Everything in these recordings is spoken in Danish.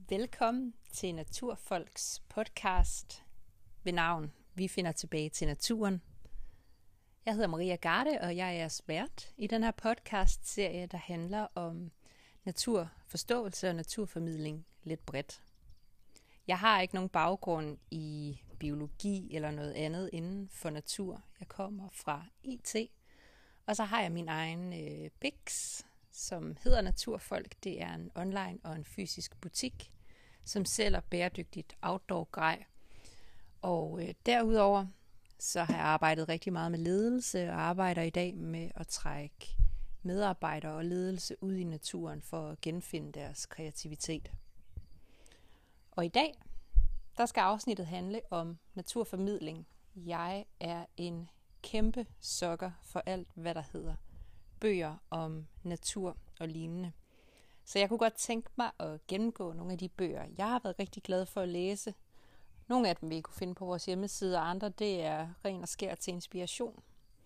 Velkommen til Naturfolks podcast ved navn Vi finder tilbage til naturen. Jeg hedder Maria Garde, og jeg er jeres vært i den her podcast-serie, der handler om naturforståelse og naturformidling lidt bredt. Jeg har ikke nogen baggrund i biologi eller noget andet inden for natur. Jeg kommer fra IT, og så har jeg min egen Bix, som hedder Naturfolk. Det er en online og en fysisk butik, som sælger bæredygtigt outdoor-grej. Og derudover så har jeg arbejdet rigtig meget med ledelse og arbejder i dag med at trække medarbejdere og ledelse ud i naturen for at genfinde deres kreativitet. Og i dag, der skal afsnittet handle om naturformidling. Jeg er en kæmpe sokker for alt, hvad der hedder bøger om natur og lignende. Så jeg kunne godt tænke mig at gennemgå nogle af de bøger, jeg har været rigtig glad for at læse. Nogle af dem vil I kunne finde på vores hjemmeside, og andre det er ren og skær til inspiration.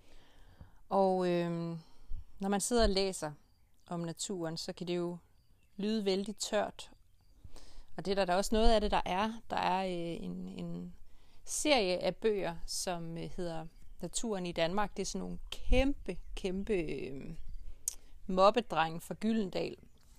Og når man sidder og læser om naturen, så kan det jo lyde vældig tørt. Og det er der også noget af det, der er. Der er en serie af bøger, som hedder Naturen i Danmark. Det er sådan nogle kæmpe moppedrenge fra Gyldendal.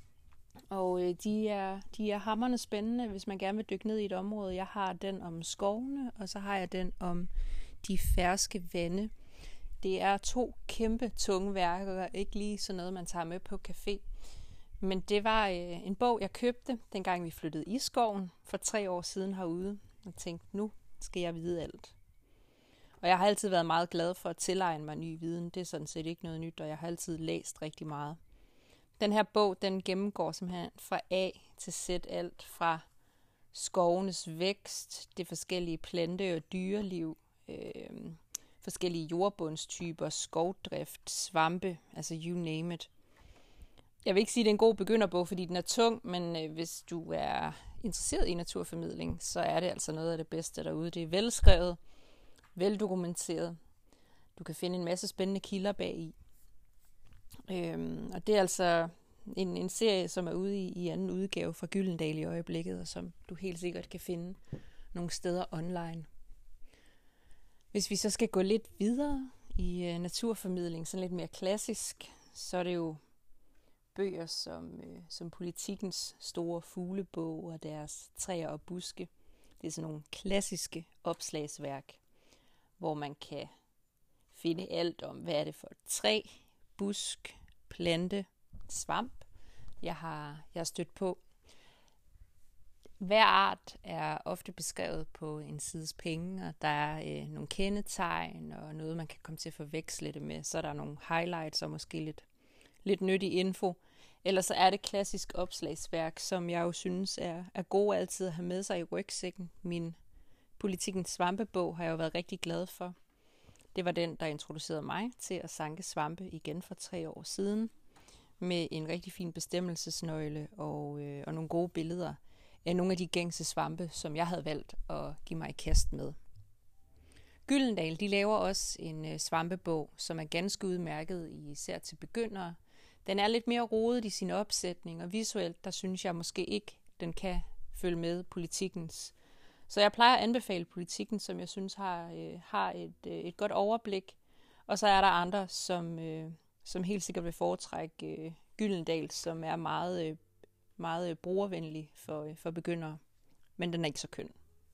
Og de er hamrende spændende, hvis man gerne vil dykke ned i et område. Jeg har den om skovene, og så har jeg den om de ferske vande. Det er 2 kæmpe tunge værker, ikke lige sådan noget, man tager med på café. Men det var en bog, jeg købte, dengang vi flyttede i skoven for 3 år siden herude. Og tænkte, nu skal jeg vide alt. Og jeg har altid været meget glad for at tilegne mig ny viden. Det er sådan set ikke noget nyt, og jeg har altid læst rigtig meget. Den her bog, den gennemgår simpelthen fra A til Z alt fra skovenes vækst, det forskellige plante- og dyreliv, forskellige jordbundstyper, skovdrift, svampe, altså you name it. Jeg vil ikke sige, at det er en god begynderbog, fordi den er tung, men hvis du er interesseret i naturformidling, så er det altså noget af det bedste derude. Det er velskrevet, veldokumenteret. Du kan finde en masse spændende kilder bagi. Og det er altså en serie, som er ude i anden udgave fra Gyldendal i øjeblikket, og som du helt sikkert kan finde nogle steder online. Hvis vi så skal gå lidt videre i naturformidling, sådan lidt mere klassisk, så er det jo bøger som Politikens store fuglebog og deres træer og buske. Det er sådan nogle klassiske opslagsværk, hvor man kan finde alt om, hvad er det for et træ, busk, plante, svamp, jeg har stødt på. Hver art er ofte beskrevet på en sides penge, og der er nogle kendetegn og noget, man kan komme til at forveksle det med. Så er der nogle highlights og måske lidt nyttig info. Ellers så er det klassisk opslagsværk, som jeg jo synes er gode altid at have med sig i rygsækken. Min Politikens svampebog har jeg jo været rigtig glad for. Det var den, der introducerede mig til at sanke svampe igen for 3 år siden, med en rigtig fin bestemmelsesnøgle og nogle gode billeder af nogle af de gængse svampe, som jeg havde valgt at give mig i kast med. Gyldendal, de laver også en svampebog, som er ganske udmærket, især til begyndere. Den er lidt mere rodet i sin opsætning, og visuelt, der synes jeg måske ikke, den kan følge med Politikens. Så jeg plejer at anbefale Politikken, som jeg synes har et godt overblik. Og så er der andre, som helt sikkert vil foretrække Gyldendal, som er meget brugervenlig for begyndere. Men den er ikke så køn.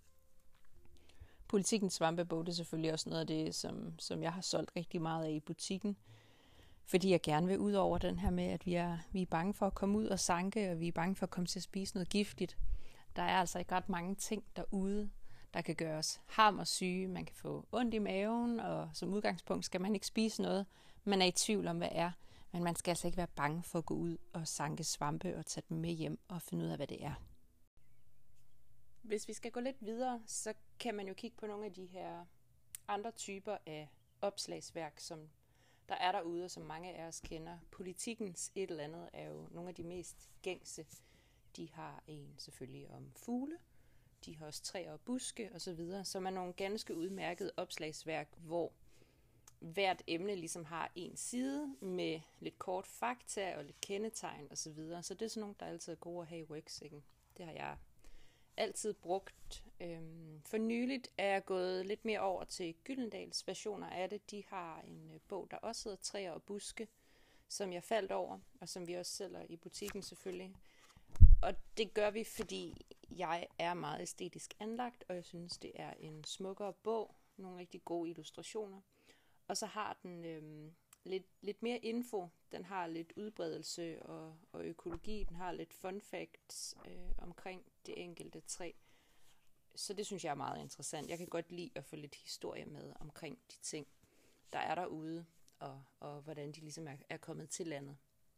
Politikens svampebog, det er selvfølgelig også noget af det, som jeg har solgt rigtig meget af i butikken. Fordi jeg gerne vil ud over den her med, at vi er bange for at komme ud og sanke, og vi er bange for at komme til at spise noget giftigt. Der er altså ikke ret mange ting derude, der kan gøre os hammersyge. Man kan få ondt i maven, og som udgangspunkt skal man ikke spise noget. Man er i tvivl om, hvad er. Men man skal altså ikke være bange for at gå ud og sanke svampe og tage dem med hjem og finde ud af, hvad det er. Hvis vi skal gå lidt videre, så kan man jo kigge på nogle af de her andre typer af opslagsværk, som der er derude, og som mange af os kender. Politikens et eller andet er jo nogle af de mest gængse. De har en selvfølgelig om fugle, de har også træer og buske osv., som er nogle ganske udmærkede opslagsværk, hvor hvert emne ligesom har en side med lidt kort fakta og lidt kendetegn osv. Så det er sådan nogle, der altid er gode at have i rygsækken. Det har jeg altid brugt. For nyligt er jeg gået lidt mere over til Gyldendals versioner af det. De har en bog, der også hedder Træer og buske, som jeg faldt over, og som vi også sælger i butikken selvfølgelig. Og det gør vi, fordi jeg er meget æstetisk anlagt, og jeg synes, det er en smukkere bog. Nogle rigtig gode illustrationer. Og så har den lidt mere info. Den har lidt udbredelse og økologi. Den har lidt fun facts omkring det enkelte træ. Så det synes jeg er meget interessant. Jeg kan godt lide at få lidt historie med omkring de ting, der er derude, og hvordan de ligesom er kommet til landet.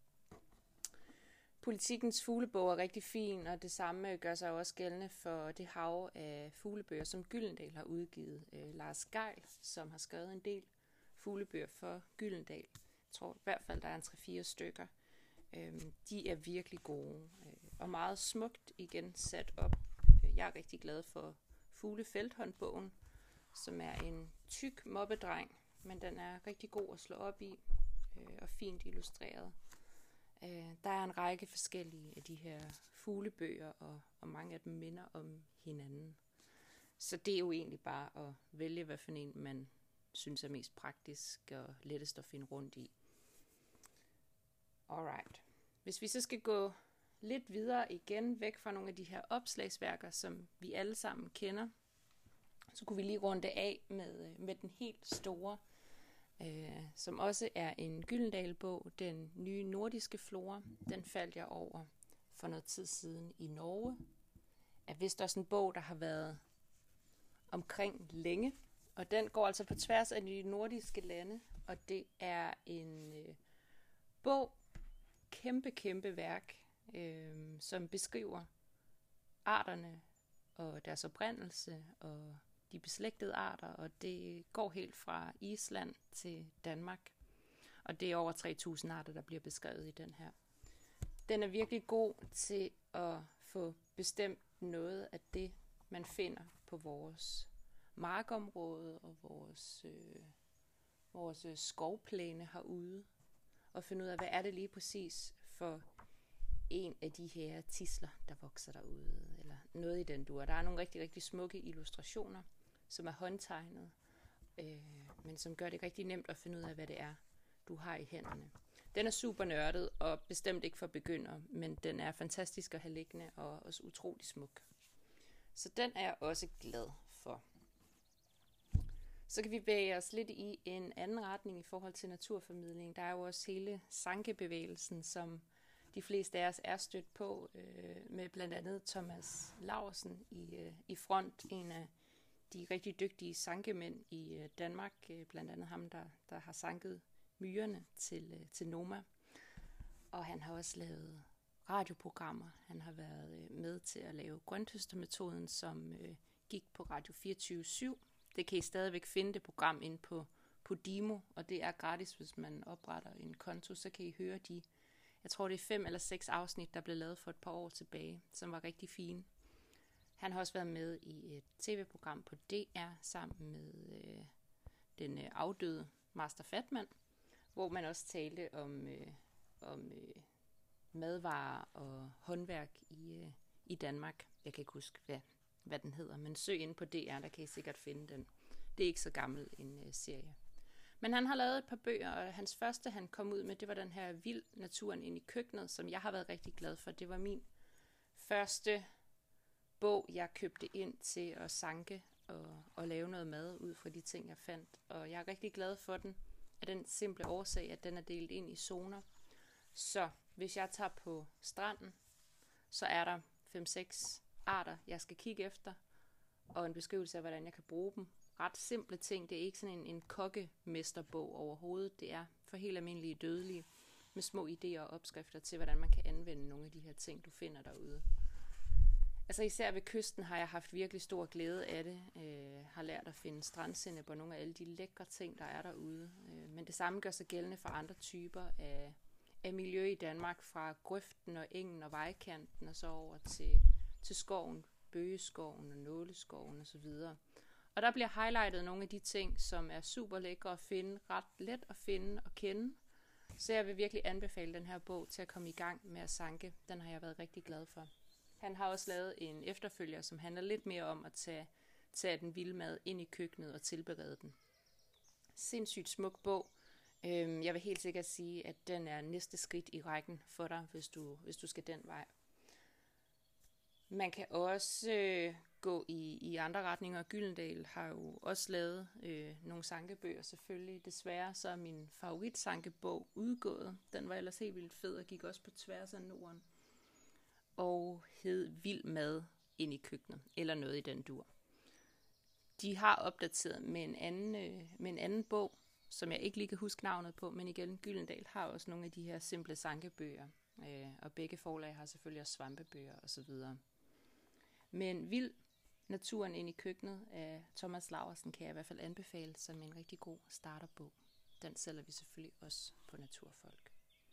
Politikens fuglebog er rigtig fin, og det samme gør sig også gældende for det hav af fuglebøger, som Gyldendal har udgivet. Lars Geil, som har skrevet en del fuglebøger for Gyldendal. Jeg tror i hvert fald, der er en 3-4 stykker. De er virkelig gode og meget smukt igen sat op. Jeg er rigtig glad for Fuglefelthåndbogen, som er en tyk moppedreng, men den er rigtig god at slå op i og fint illustreret. Der er en række forskellige af de her fuglebøger, og mange af dem minder om hinanden. Så det er jo egentlig bare at vælge, hvad for en man synes er mest praktisk og lettest at finde rundt i. Alright. Hvis vi så skal gå lidt videre igen, væk fra nogle af de her opslagsværker, som vi alle sammen kender, så kunne vi lige runde af med den helt store, som også er en Gyldendal-bog, den nye nordiske flora. Den faldt jeg over for noget tid siden i Norge. Er vist også en bog, der har været omkring længe, og den går altså på tværs af de nordiske lande, og det er en bog, kæmpe værk, som beskriver arterne og deres oprindelse og de beslægtede arter, og det går helt fra Island til Danmark. Og det er over 3.000 arter, der bliver beskrevet i den her. Den er virkelig god til at få bestemt noget af det, man finder på vores markområde og vores skovplæne herude, og finde ud af, hvad er det lige præcis for en af de her tisler, der vokser derude, eller noget i den dur. Der er nogle rigtig smukke illustrationer, som er håndtegnet, men som gør det rigtig nemt at finde ud af, hvad det er, du har i hænderne. Den er super nørdet, og bestemt ikke for begyndere, men den er fantastisk at have liggende, og også utrolig smuk. Så den er jeg også glad for. Så kan vi bevæge os lidt i en anden retning i forhold til naturformidling. Der er jo også hele sankebevægelsen, som de fleste af os er stødt på, med blandt andet Thomas Laursen i front, en af de rigtig dygtige sankemænd i Danmark, blandt andet ham, der har sanket myrerne til Noma. Og han har også lavet radioprogrammer. Han har været med til at lave grønthøstermetoden, som gik på Radio 24/7. Det kan I stadigvæk finde det program inde på Podimo, og det er gratis, hvis man opretter en konto, så kan I høre jeg tror det er 5 eller 6 afsnit, der blev lavet for et par år tilbage, som var rigtig fine. Han har også været med i et tv-program på DR sammen med den afdøde Master Fatman, hvor man også talte om madvarer og håndværk i Danmark. Jeg kan ikke huske, hvad den hedder, men søg ind på DR, der kan I sikkert finde den. Det er ikke så gammel en serie. Men han har lavet et par bøger, og hans første, han kom ud med, det var den her Vild naturen ind i køkkenet, som jeg har været rigtig glad for. Det var min første bog, jeg købte ind til at sanke og lave noget mad ud fra de ting, jeg fandt. Og jeg er rigtig glad for den, af den simple årsag, at den er delt ind i zoner. Så hvis jeg tager på stranden, så er der 5-6 arter, jeg skal kigge efter, og en beskrivelse af, hvordan jeg kan bruge dem. Ret simple ting. Det er ikke sådan en kokkemesterbog overhovedet. Det er for helt almindelige dødelige, med små idéer og opskrifter til, hvordan man kan anvende nogle af de her ting, du finder derude. Altså især ved kysten har jeg haft virkelig stor glæde af det. Har lært at finde strandsennep og nogle af alle de lækre ting, der er derude. Men det samme gør sig gældende for andre typer af miljø i Danmark, fra grøften og engen og vejkanten og så over til skoven, bøgeskoven og nåleskoven osv. Og der bliver highlightet nogle af de ting, som er super lækre at finde, ret let at finde og kende. Så jeg vil virkelig anbefale den her bog til at komme i gang med at sanke. Den har jeg været rigtig glad for. Han har også lavet en efterfølger, som handler lidt mere om at tage den vilde mad ind i køkkenet og tilberede den. Sindssygt smuk bog. Jeg vil helt sikkert sige, at den er næste skridt i rækken for dig, hvis du skal den vej. Man kan også gå i andre retninger. Gyldendal har jo også lavet nogle sankebøger selvfølgelig. Desværre så er min favoritsankebog udgået. Den var ellers helt vildt fed og gik også på tværs af Norden. Og hed Vild mad ind i køkkenet, eller noget i den dur. De har opdateret med en anden bog, som jeg ikke lige kan huske navnet på, men igen, Gyldendal har også nogle af de her simple sankebøger, og begge forlag har selvfølgelig også svampebøger osv. Men Vild naturen ind i køkkenet af Thomas Laursen kan jeg i hvert fald anbefale som en rigtig god starterbog. Den sælger vi selvfølgelig også på Naturfolk.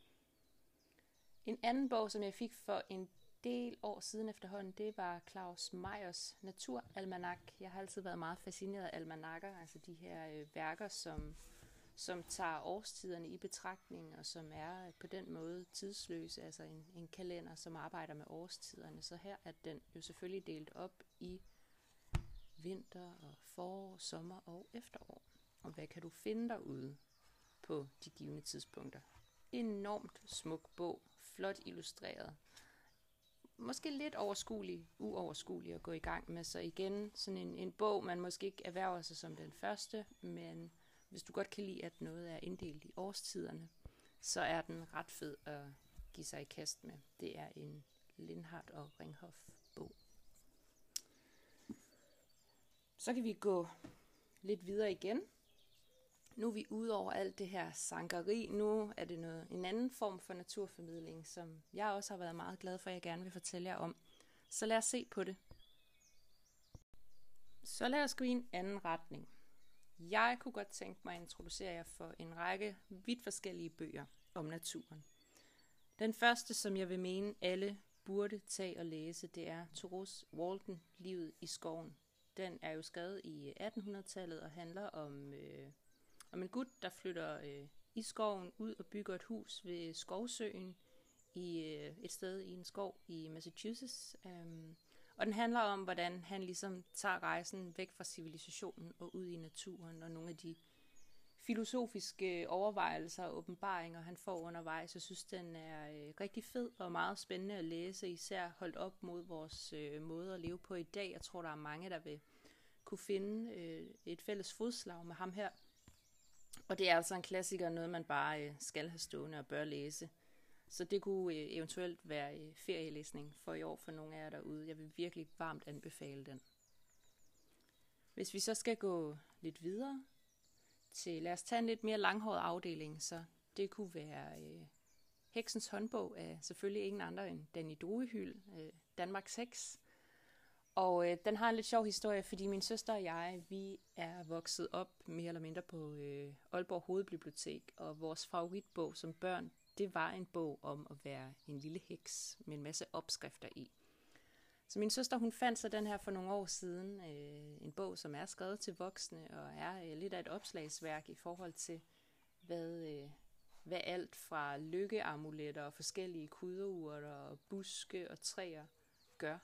En anden bog, som jeg fik for en del år siden efterhånden, det var Claus Meyers Naturalmanak. Jeg har altid været meget fascineret af almanakker, altså de her værker, som tager årstiderne i betragtning, og som er på den måde tidsløse, altså en kalender, som arbejder med årstiderne. Så her er den jo selvfølgelig delt op i vinter og forår, sommer og efterår. Og hvad kan du finde derude på de givne tidspunkter? Enormt smuk bog, flot illustreret. Måske lidt uoverskuelig at gå i gang med, så igen sådan en bog, man måske ikke erhverver sig som den første, men hvis du godt kan lide, at noget er inddelt i årstiderne, så er den ret fed at give sig i kast med. Det er en Lindhardt og Ringhof bog. Så kan vi gå lidt videre igen. Nu er vi ude over alt det her sankeri. Nu er det en anden form for naturformidling, som jeg også har været meget glad for, at jeg gerne vil fortælle jer om. Så lad os se på det. Så lad os gå i en anden retning. Jeg kunne godt tænke mig at introducere jer for en række vidt forskellige bøger om naturen. Den første, som jeg vil mene alle burde tage og læse, det er Thoreaus Walden, Livet i skoven. Den er jo skrevet i 1800-tallet og handler om en gut, der flytter i skoven ud og bygger et hus ved Skovsøen et sted i en skov i Massachusetts. Og den handler om, hvordan han ligesom tager rejsen væk fra civilisationen og ud i naturen, og nogle af de filosofiske overvejelser og åbenbaringer, han får undervejs. Jeg synes, den er rigtig fed og meget spændende at læse, især holdt op mod vores måde at leve på i dag. Jeg tror, der er mange, der vil kunne finde et fælles fodslag med ham her. Og det er altså en klassiker, noget man bare skal have stående og bør læse. Så det kunne eventuelt være ferielæsning for i år for nogle af jer derude. Jeg vil virkelig varmt anbefale den. Hvis vi så skal gå lidt videre til, lad os tage en lidt mere langhåret afdeling, så det kunne være Heksens håndbog af selvfølgelig ingen andre end Danny Druehyld, Danmarks heks. Og den har en lidt sjov historie, fordi min søster og jeg, vi er vokset op mere eller mindre på Aalborg Hovedbibliotek, og vores favoritbog som børn, det var en bog om at være en lille heks med en masse opskrifter i. Så min søster, hun fandt så den her for nogle år siden, en bog, som er skrevet til voksne, og er lidt af et opslagsværk i forhold til, hvad alt fra lykkeamuletter og forskellige krydderurter og buske og træer gør.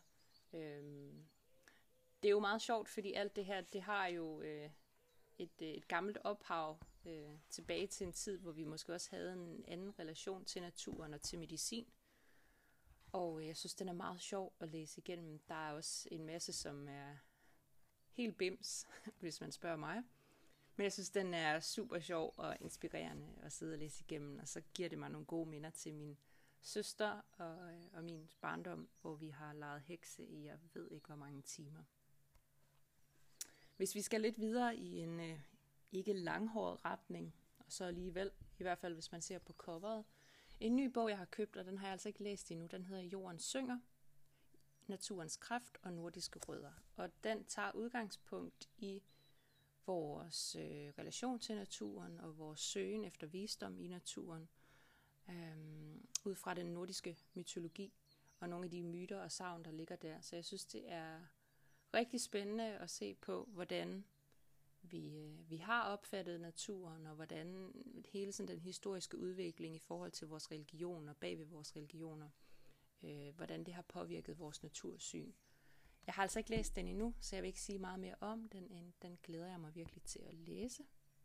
Det er jo meget sjovt, fordi alt det her, det har jo et gammelt ophav tilbage til en tid, hvor vi måske også havde en anden relation til naturen og til medicin. Og jeg synes, den er meget sjov at læse igennem. Der er også en masse, som er helt bims, hvis man spørger mig. Men jeg synes, den er super sjov og inspirerende at sidde og læse igennem. Og så giver det mig nogle gode minder til min søster og min barndom, hvor vi har leget hekse i, jeg ved ikke hvor mange timer. Hvis vi skal lidt videre i en ikke langhåret retning, og så alligevel, i hvert fald hvis man ser på coveret, en ny bog, jeg har købt, og den har jeg altså ikke læst endnu, den hedder Jorden synger, Naturens kraft og nordiske rødder. Og den tager udgangspunkt i vores relation til naturen og vores søgen efter visdom i naturen, ud fra den nordiske mytologi og nogle af de myter og sagn, der ligger der. Så jeg synes, det er rigtig spændende at se på, hvordan vi har opfattet naturen, og hvordan hele sådan den historiske udvikling i forhold til vores religioner, bag ved vores religioner, hvordan det har påvirket vores natursyn. Jeg har altså ikke læst den endnu, så jeg vil ikke sige meget mere om den. Den glæder jeg mig virkelig til at læse.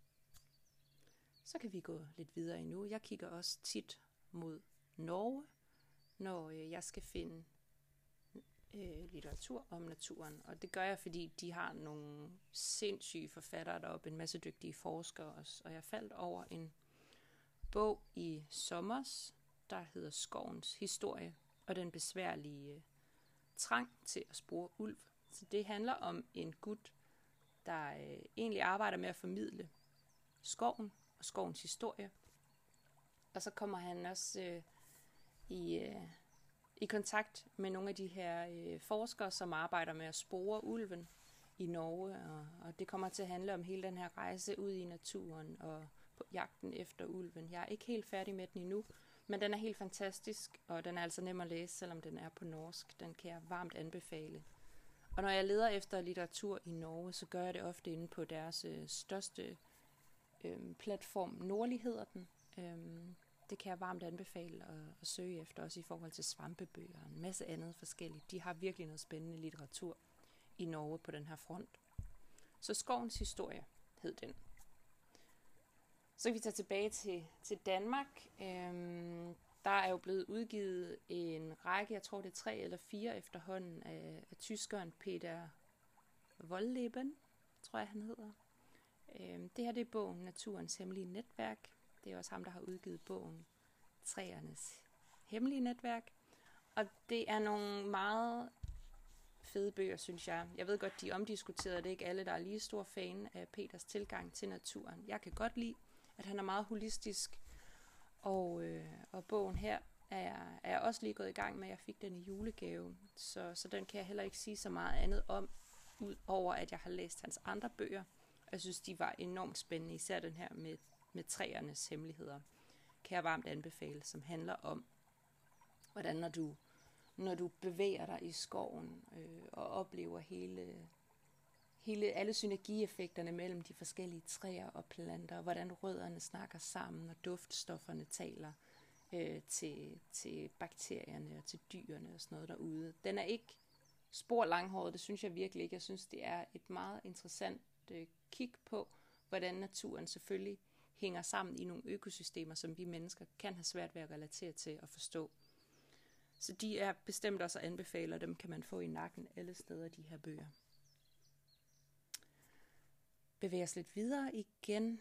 Så kan vi gå lidt videre endnu. Jeg kigger også tit mod Norge, når jeg skal finde litteratur om naturen. Og det gør jeg, fordi de har nogle sindssyge forfattere deroppe, en masse dygtige forskere også. Og jeg faldt over en bog i sommers, der hedder Skovens historie, og den besværlige trang til at spore ulv. Så det handler om en gut, der egentlig arbejder med at formidle skoven og skovens historie. Og så kommer han også i kontakt med nogle af de her forskere, som arbejder med at spore ulven i Norge. Og det kommer til at handle om hele den her rejse ud i naturen og på jagten efter ulven. Jeg er ikke helt færdig med den endnu, men den er helt fantastisk, og den er altså nem at læse, selvom den er på norsk. Den kan jeg varmt anbefale. Og når jeg leder efter litteratur i Norge, så gør jeg det ofte inde på deres største platform. Nordlig hedder den. Det kan jeg varmt anbefale at søge efter, også i forhold til svampebøger og en masse andet forskelligt. De har virkelig noget spændende litteratur i Norge på den her front. Så Skovens historie hed den. Så kan vi tage tilbage til Danmark. Der er jo blevet udgivet en række, jeg tror det er 3 eller 4 efterhånden, af tyskeren Peter Wohlleben, tror jeg han hedder. Det her det er bogen Naturens Hemmelige Netværk. Det er også ham, der har udgivet bogen Træernes Hemmelige Netværk. Og det er nogle meget fede bøger, synes jeg. Jeg ved godt, de er omdiskuterede. Det er ikke alle, der er lige stor fan af Peters tilgang til naturen. Jeg kan godt lide, at han er meget holistisk. Og bogen her er jeg også lige gået i gang med. Jeg fik den i julegave, så den kan jeg heller ikke sige så meget andet om, ud over at jeg har læst hans andre bøger. Jeg synes, de var enormt spændende, især den her med træernes hemmeligheder, kan jeg varmt anbefale, som handler om, hvordan når du bevæger dig i skoven og oplever alle synergieffekterne mellem de forskellige træer og planter, hvordan rødderne snakker sammen, og duftstofferne taler til bakterierne og til dyrene og sådan noget derude. Den er ikke spor langhåret, det synes jeg virkelig ikke. Jeg synes, det er et meget interessant kig på, hvordan naturen selvfølgelig hænger sammen i nogle økosystemer, som vi mennesker kan have svært ved at relatere til og forstå. Så de er bestemt også at anbefale, og dem kan man få i nakken alle steder, de her bøger. Bevæger os lidt videre igen.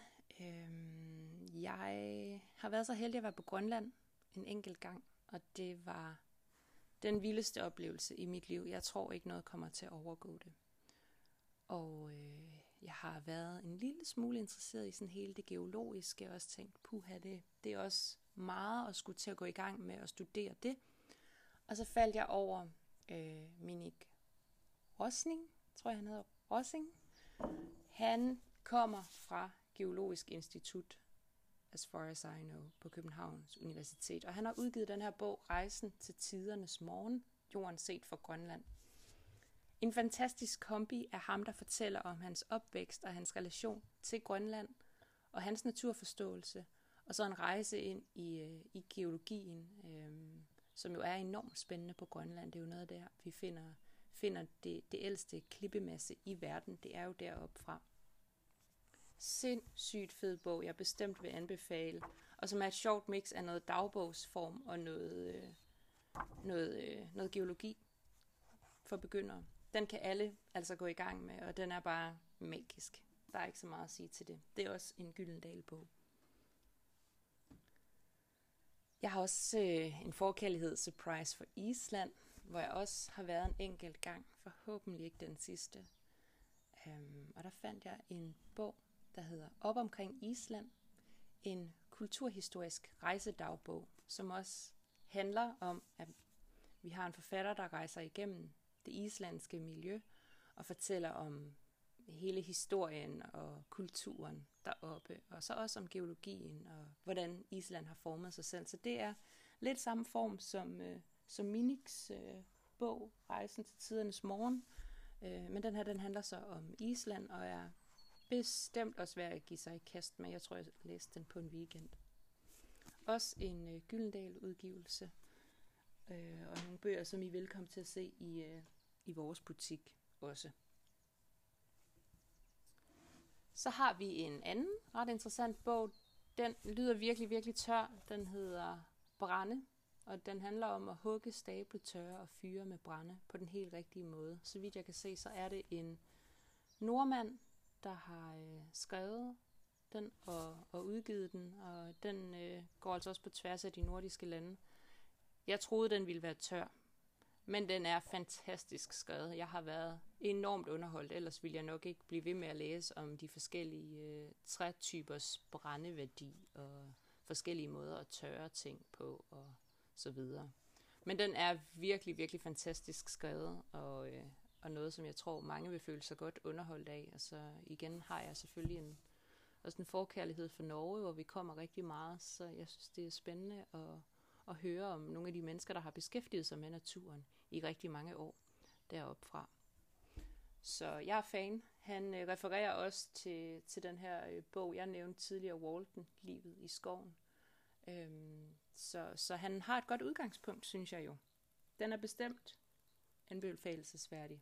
Jeg har været så heldig at være på Grønland en enkelt gang, og det var den vildeste oplevelse i mit liv. Jeg tror ikke noget kommer til at overgå det. Og jeg har været en lille smule interesseret i sådan hele det geologiske, og også tænkt, puha, det er også meget at skulle til at gå i gang med at studere det. Og så faldt jeg over Minik Rosing, tror jeg han hedder, Rosing. Han kommer fra Geologisk Institut, as far as I know, på Københavns Universitet. Og han har udgivet den her bog, Rejsen til tidernes morgen, jorden set fra Grønland. En fantastisk kombi af ham, der fortæller om hans opvækst og hans relation til Grønland og hans naturforståelse, og så en rejse ind i geologien, som jo er enormt spændende på Grønland. Det er jo noget der, vi finder det ældste klippemasse i verden. Det er jo deroppe fra. Sindssygt fed bog, jeg bestemt vil anbefale, og som er et sjovt mix af noget dagbogsform og noget geologi for begyndere. Den kan alle altså gå i gang med, og den er bare magisk. Der er ikke så meget at sige til det. Det er også en Gyldendal-bog. Jeg har også en forkærlighed, surprise, for Island, hvor jeg også har været en enkelt gang, forhåbentlig ikke den sidste. Og der fandt jeg en bog, der hedder Op omkring Island, en kulturhistorisk rejsedagbog, som også handler om, at vi har en forfatter, der rejser igennem det islandske miljø og fortæller om hele historien og kulturen deroppe, og så også om geologien og hvordan Island har formet sig selv. Så det er lidt samme form som Miniks bog, Rejsen til tidernes morgen, men den handler så om Island og er bestemt også værd at give sig i kast med. Jeg tror, jeg læste den på en weekend. Også en Gyldendal-udgivelse. og nogle bøger, som I er velkommen til at se i vores butik også. Så har vi en anden ret interessant bog. Den lyder virkelig, virkelig tør. Den hedder Brænde, og den handler om at hugge, stable, tørre og fyre med brænde på den helt rigtige måde. Så vidt jeg kan se, så er det en nordmand, der har skrevet den og udgivet den, og den går altså også på tværs af de nordiske lande. Jeg troede, den ville være tør, men den er fantastisk skrevet. Jeg har været enormt underholdt, ellers ville jeg nok ikke blive ved med at læse om de forskellige trætypers brændeværdi og forskellige måder at tørre ting på og så videre. Men den er virkelig, virkelig fantastisk skrevet, og noget, som jeg tror, mange vil føle sig godt underholdt af. Og så igen har jeg selvfølgelig også en forkærlighed for Norge, hvor vi kommer rigtig meget, så jeg synes, det er spændende at høre om nogle af de mennesker, der har beskæftiget sig med naturen i rigtig mange år deroppe fra. Så jeg er fan. Han refererer også til den her bog, jeg nævnte tidligere, Walton, Livet i skoven. Så han har et godt udgangspunkt, synes jeg jo. Den er bestemt anbefalelsesværdig.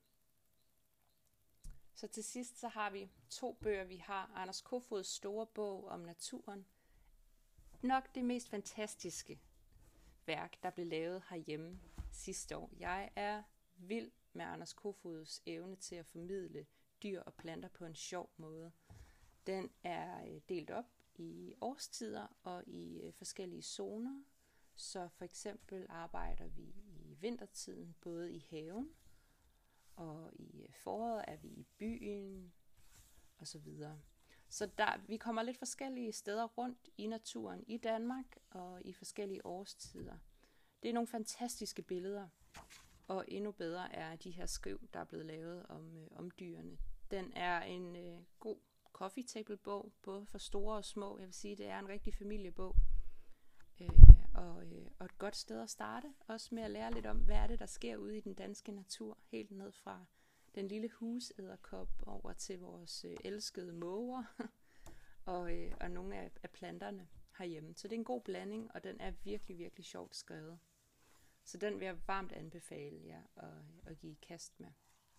Så til sidst så har vi 2 bøger. Vi har Anders Kofods store bog om naturen. Nok det mest fantastiske værk, der blev lavet herhjemme sidste år. Jeg er vild med Anders Kofods evne til at formidle dyr og planter på en sjov måde. Den er delt op i årstider og i forskellige zoner. Så for eksempel arbejder vi i vintertiden både i haven, og i foråret er vi i byen og så videre. Så vi kommer lidt forskellige steder rundt i naturen i Danmark og i forskellige årstider. Det er nogle fantastiske billeder, og endnu bedre er de her skriv, der er blevet lavet om dyrene. Den er en god coffee table bog, både for store og små. Jeg vil sige, det er en rigtig familiebog. Og et godt sted at starte, også med at lære lidt om, hvad er det, der sker ude i den danske natur, helt ned fra den lille husæderkop over til vores elskede måger og nogle af planterne herhjemme. Så det er en god blanding, og den er virkelig, virkelig sjovt skrevet. Så den vil jeg varmt anbefale jer at give kast med.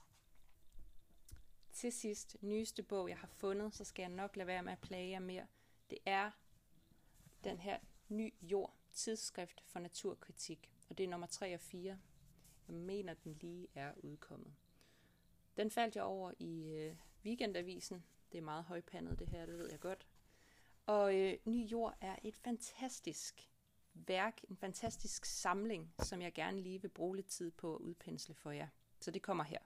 Til sidst, nyeste bog, jeg har fundet, så skal jeg nok lade være med at plage jer mere. Det er den her Ny Jord, tidsskrift for naturkritik, og det er nummer 3 og 4. Jeg mener, den lige er udkommet. Den faldt jeg over i Weekendavisen. Det er meget højpandet det her, det ved jeg godt. Og Ny Jord er et fantastisk værk, en fantastisk samling, som jeg gerne lige vil bruge lidt tid på at udpensle for jer. Så det kommer her.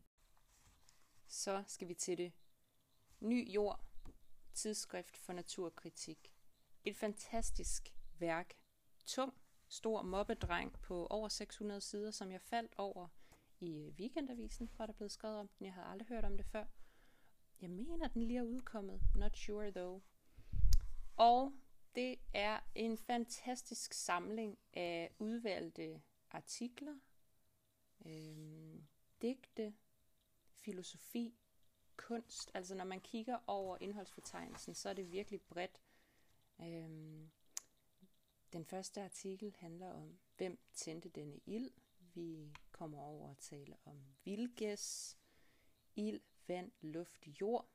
Så skal vi til det. Ny Jord, tidsskrift for naturkritik. Et fantastisk værk. Tung, stor moppedreng på over 600 sider, som jeg faldt over i Weekendavisen, hvor der blev skrevet om den. Jeg havde aldrig hørt om det før. Jeg mener, den lige er udkommet. Not sure though. Og det er en fantastisk samling af udvalgte artikler, digte, filosofi, kunst. Altså når man kigger over indholdsfortegnelsen, så er det virkelig bredt. Den første artikel handler om, hvem tændte denne ild. Vi kommer over at tale om vildgæs, ild, vand, luft, jord.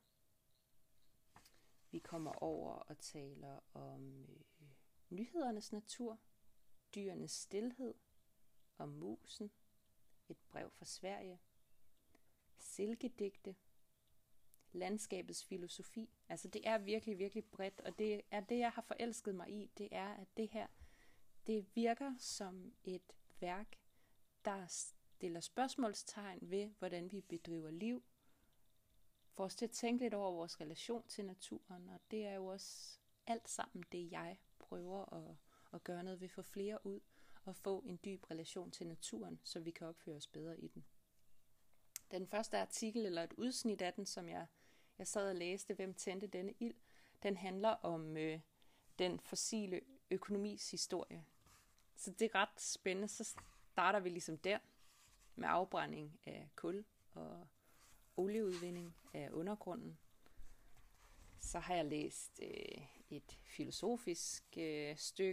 Vi kommer over og taler om nyhedernes natur, dyrenes stilhed, om musen, et brev fra Sverige, silkedigte, landskabets filosofi. Altså det er virkelig, virkelig bredt, og det er det, jeg har forelsket mig i. Det er, at det her, det virker som et værk, der stiller spørgsmålstegn ved, hvordan vi bedriver liv. For os til at tænke lidt over vores relation til naturen, og det er jo også alt sammen det, jeg prøver at gøre noget ved, få flere ud og få en dyb relation til naturen, så vi kan opføre os bedre i den. Den første artikel, eller et udsnit af den, som jeg sad og læste, hvem tændte denne ild, den handler om den fossile økonomis historie. Så det er ret spændende. Så starter vi ligesom der med afbrænding af kul og olieudvinding af undergrunden. Så har jeg læst et filosofisk stykke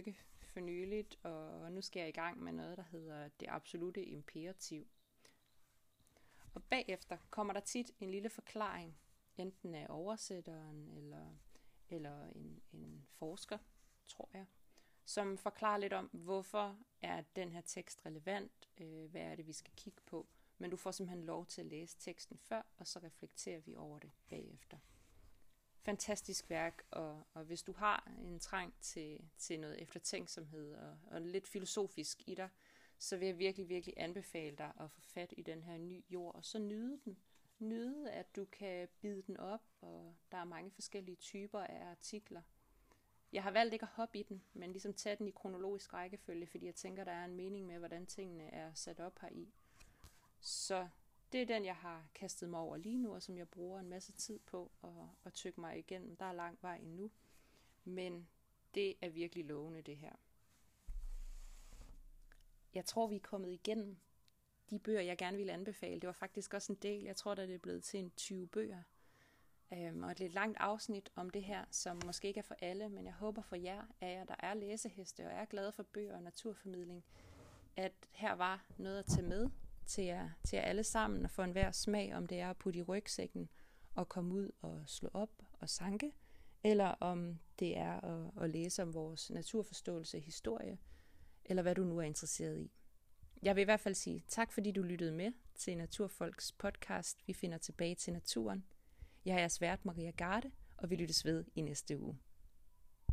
for nyligt, og nu skal jeg i gang med noget, der hedder det absolutte imperativ. Og bagefter kommer der tit en lille forklaring, enten af oversætteren eller en forsker, tror jeg, som forklarer lidt om, hvorfor er den her tekst relevant, hvad er det, vi skal kigge på. Men du får simpelthen lov til at læse teksten før, og så reflekterer vi over det bagefter. Fantastisk værk, og hvis du har en trang til noget eftertænksomhed og lidt filosofisk i dig, så vil jeg virkelig, virkelig anbefale dig at få fat i den her ny jord, og så nyde den. Nyde, at du kan bide den op, og der er mange forskellige typer af artikler. Jeg har valgt ikke at hoppe i den, men ligesom tage den i kronologisk rækkefølge, fordi jeg tænker, der er en mening med, hvordan tingene er sat op heri. Så det er den, jeg har kastet mig over lige nu, og som jeg bruger en masse tid på at tykke mig igennem. Der er lang vej endnu, men det er virkelig lovende, det her. Jeg tror, vi er kommet igennem de bøger, jeg gerne ville anbefale. Det var faktisk også en del. Jeg tror, det er blevet til en 20 bøger. Og et lidt langt afsnit om det her, som måske ikke er for alle, men jeg håber for jer, der er læseheste og er glade for bøger og naturformidling, at her var noget at tage med til jer alle sammen, og få enhver smag, om det er at putte i rygsækken og komme ud og slå op og sanke, eller om det er at læse om vores naturforståelse, historie, eller hvad du nu er interesseret i. Jeg vil i hvert fald sige tak, fordi du lyttede med til Naturfolks podcast. Vi finder tilbage til naturen. Jeg er jeres vært, Maria Garde, og vi lyttes ved i næste uge.